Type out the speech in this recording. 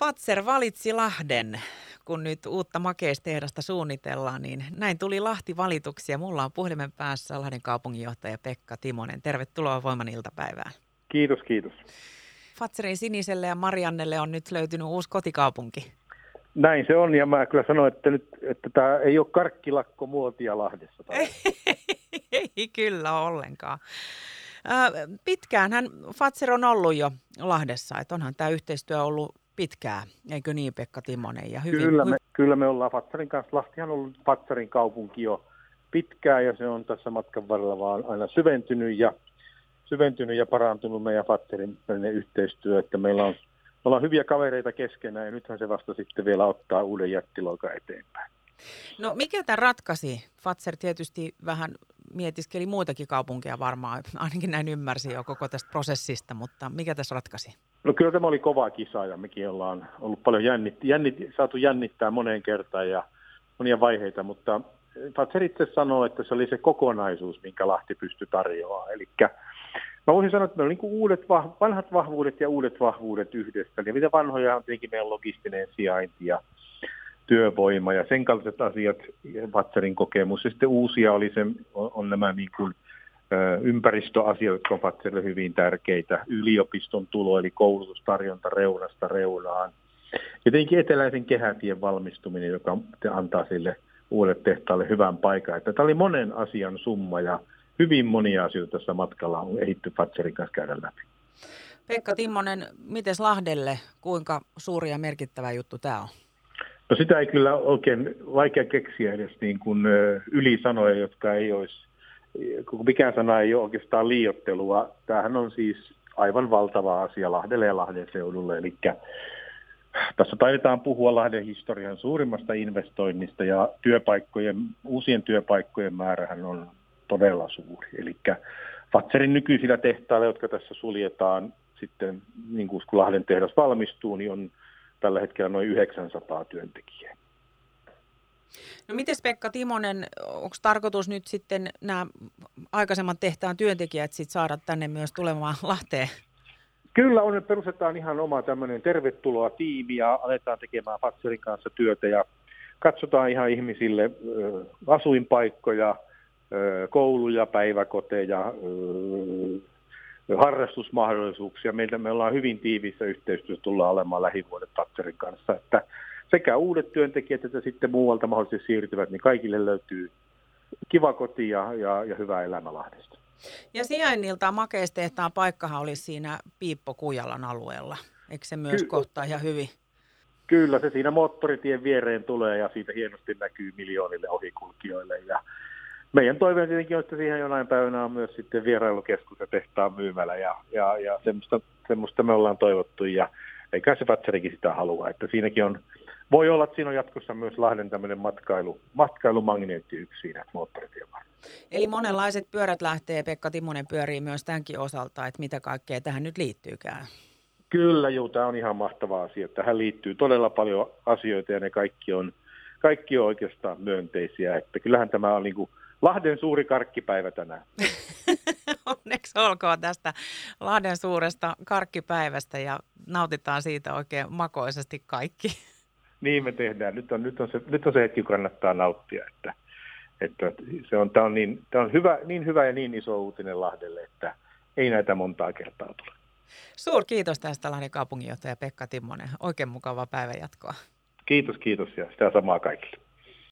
Fazer valitsi Lahden, kun nyt uutta makeistehdasta suunnitellaan, niin näin tuli Lahti valituksia. Mulla on puhelimen päässä Lahden kaupunginjohtaja Pekka Timonen. Tervetuloa Voiman iltapäivään. Kiitos, kiitos. Fazerin Siniselle ja Mariannelle on nyt löytynyt uusi kotikaupunki. Näin se on, ja mä kyllä sanoin, että tämä ei ole karkkilakko muotia Lahdessa. Ei kyllä ollenkaan. Pitkäänhän Fazer on ollut jo Lahdessa, että onhan tämä yhteistyö ollut pitkään, eikö niin Pekka Timonen? Ja Kyllä me ollaan Fazerin kanssa. Lahtihan on ollut Fazerin kaupunki jo pitkään, ja se on tässä matkan varrella vaan aina syventynyt ja parantunut meidän Fazerin yhteistyö, että me ollaan hyviä kavereita keskenään, ja nythän se vasta sitten vielä ottaa uuden jättiloikan eteenpäin. No mikä tämä ratkaisi? Fazer tietysti vähän mietiskeli muitakin kaupunkeja varmaan, ainakin näin ymmärsin jo koko tästä prosessista, mutta mikä tässä ratkaisi? No kyllä tämä oli kova kisa, ja mekin ollaan ollut paljon saatu jännittää moneen kertaan ja monia vaiheita, mutta Fazer itse sanoo, että se oli se kokonaisuus, minkä Lahti pystyi tarjoamaan. Eli mä voisin sanoa, että meillä on vanhat vahvuudet ja uudet vahvuudet yhdessä. Ja mitä vanhoja on tietenkin meidän logistinen sijainti ja työvoima ja sen kaltaiset asiat, Fazerin kokemus. Ja sitten uusia on nämä niin kuin, ympäristöasiat, jotka on Fazerille hyvin tärkeitä. Yliopiston tulo, eli koulutustarjonta reunasta reunaan. Ja tietenkin eteläisen kehätien valmistuminen, joka antaa sille uudelle tehtaalle hyvän paikan. Että tämä oli monen asian summa ja hyvin monia asioita tässä matkalla on ehditty Fazerin kanssa käydä läpi. Pekka Timonen, mites Lahdelle, kuinka suuri ja merkittävä juttu tämä on? No sitä ei kyllä oikein vaikea keksiä edes niin kuin ylisanoja, jotka ei olisi, mikään sana ei ole oikeastaan liioittelua. Tämähän on siis aivan valtava asia Lahdelle ja Lahden seudulle, eli tässä taidetaan puhua Lahden historian suurimmasta investoinnista ja uusien työpaikkojen määrähän on todella suuri. Eli Fazerin nykyisillä tehtailla, jotka tässä suljetaan sitten, niin kun Lahden tehdas valmistuu, niin on tällä hetkellä noin 900 työntekijää. No mites Pekka Timonen, onko tarkoitus nyt sitten nämä aikaisemman tehtaan työntekijät sit saada tänne myös tulemaan Lahteen? Kyllä on, että perustetaan ihan oma tämmöinen tervetuloa tiimi ja aletaan tekemään Fazerin kanssa työtä ja katsotaan ihan ihmisille asuinpaikkoja, kouluja, päiväkoteja, harrastusmahdollisuuksia. Me ollaan hyvin tiiviissä yhteistyössä, tullaan olemaan lähivuodet Fazerin kanssa, että sekä uudet työntekijät, että sitten muualta mahdollisesti siirtyvät, niin kaikille löytyy kiva koti ja hyvä elämä Lahdesta. Ja sijainniltaan makeistehtaan paikkahan olisi siinä Piippo-Kujalan alueella. Eikö se myös kohtaa ihan hyvin? Kyllä, se siinä moottoritien viereen tulee ja siitä hienosti näkyy miljoonille ohikulkijoille. Ja meidän toiveen tietenkin on, että siihen jonain päivänä on myös sitten vierailukeskus ja tehtaan myymälä ja semmoista me ollaan toivottu ja eikä se Fazerikin sitä halua, että siinäkin voi olla, että siinä on jatkossa myös Lahden tämmöinen matkailumagneetti yksi siinä moottoritien varrella. Eli monenlaiset pyörät lähtee, Pekka Timonen pyörii myös tämänkin osalta, että mitä kaikkea tähän nyt liittyykään. Kyllä, tämä on ihan mahtava asia. Tähän liittyy todella paljon asioita ja ne kaikki on oikeastaan myönteisiä. Että kyllähän tämä on niin kuin Lahden suuri karkkipäivä tänään. Onneksi olkoon tästä Lahden suuresta karkkipäivästä ja nautitaan siitä oikein makoisesti kaikki. Niin me tehdään. Nyt on se hetki, kun kannattaa nauttia. Tämä on niin hyvä ja niin iso uutinen Lahdelle, että ei näitä montaa kertaa tule. Kiitos tästä Lahden kaupunginjohtaja Pekka Timonen. Oikein mukavaa päivänjatkoa. Kiitos ja sitä samaa kaikille.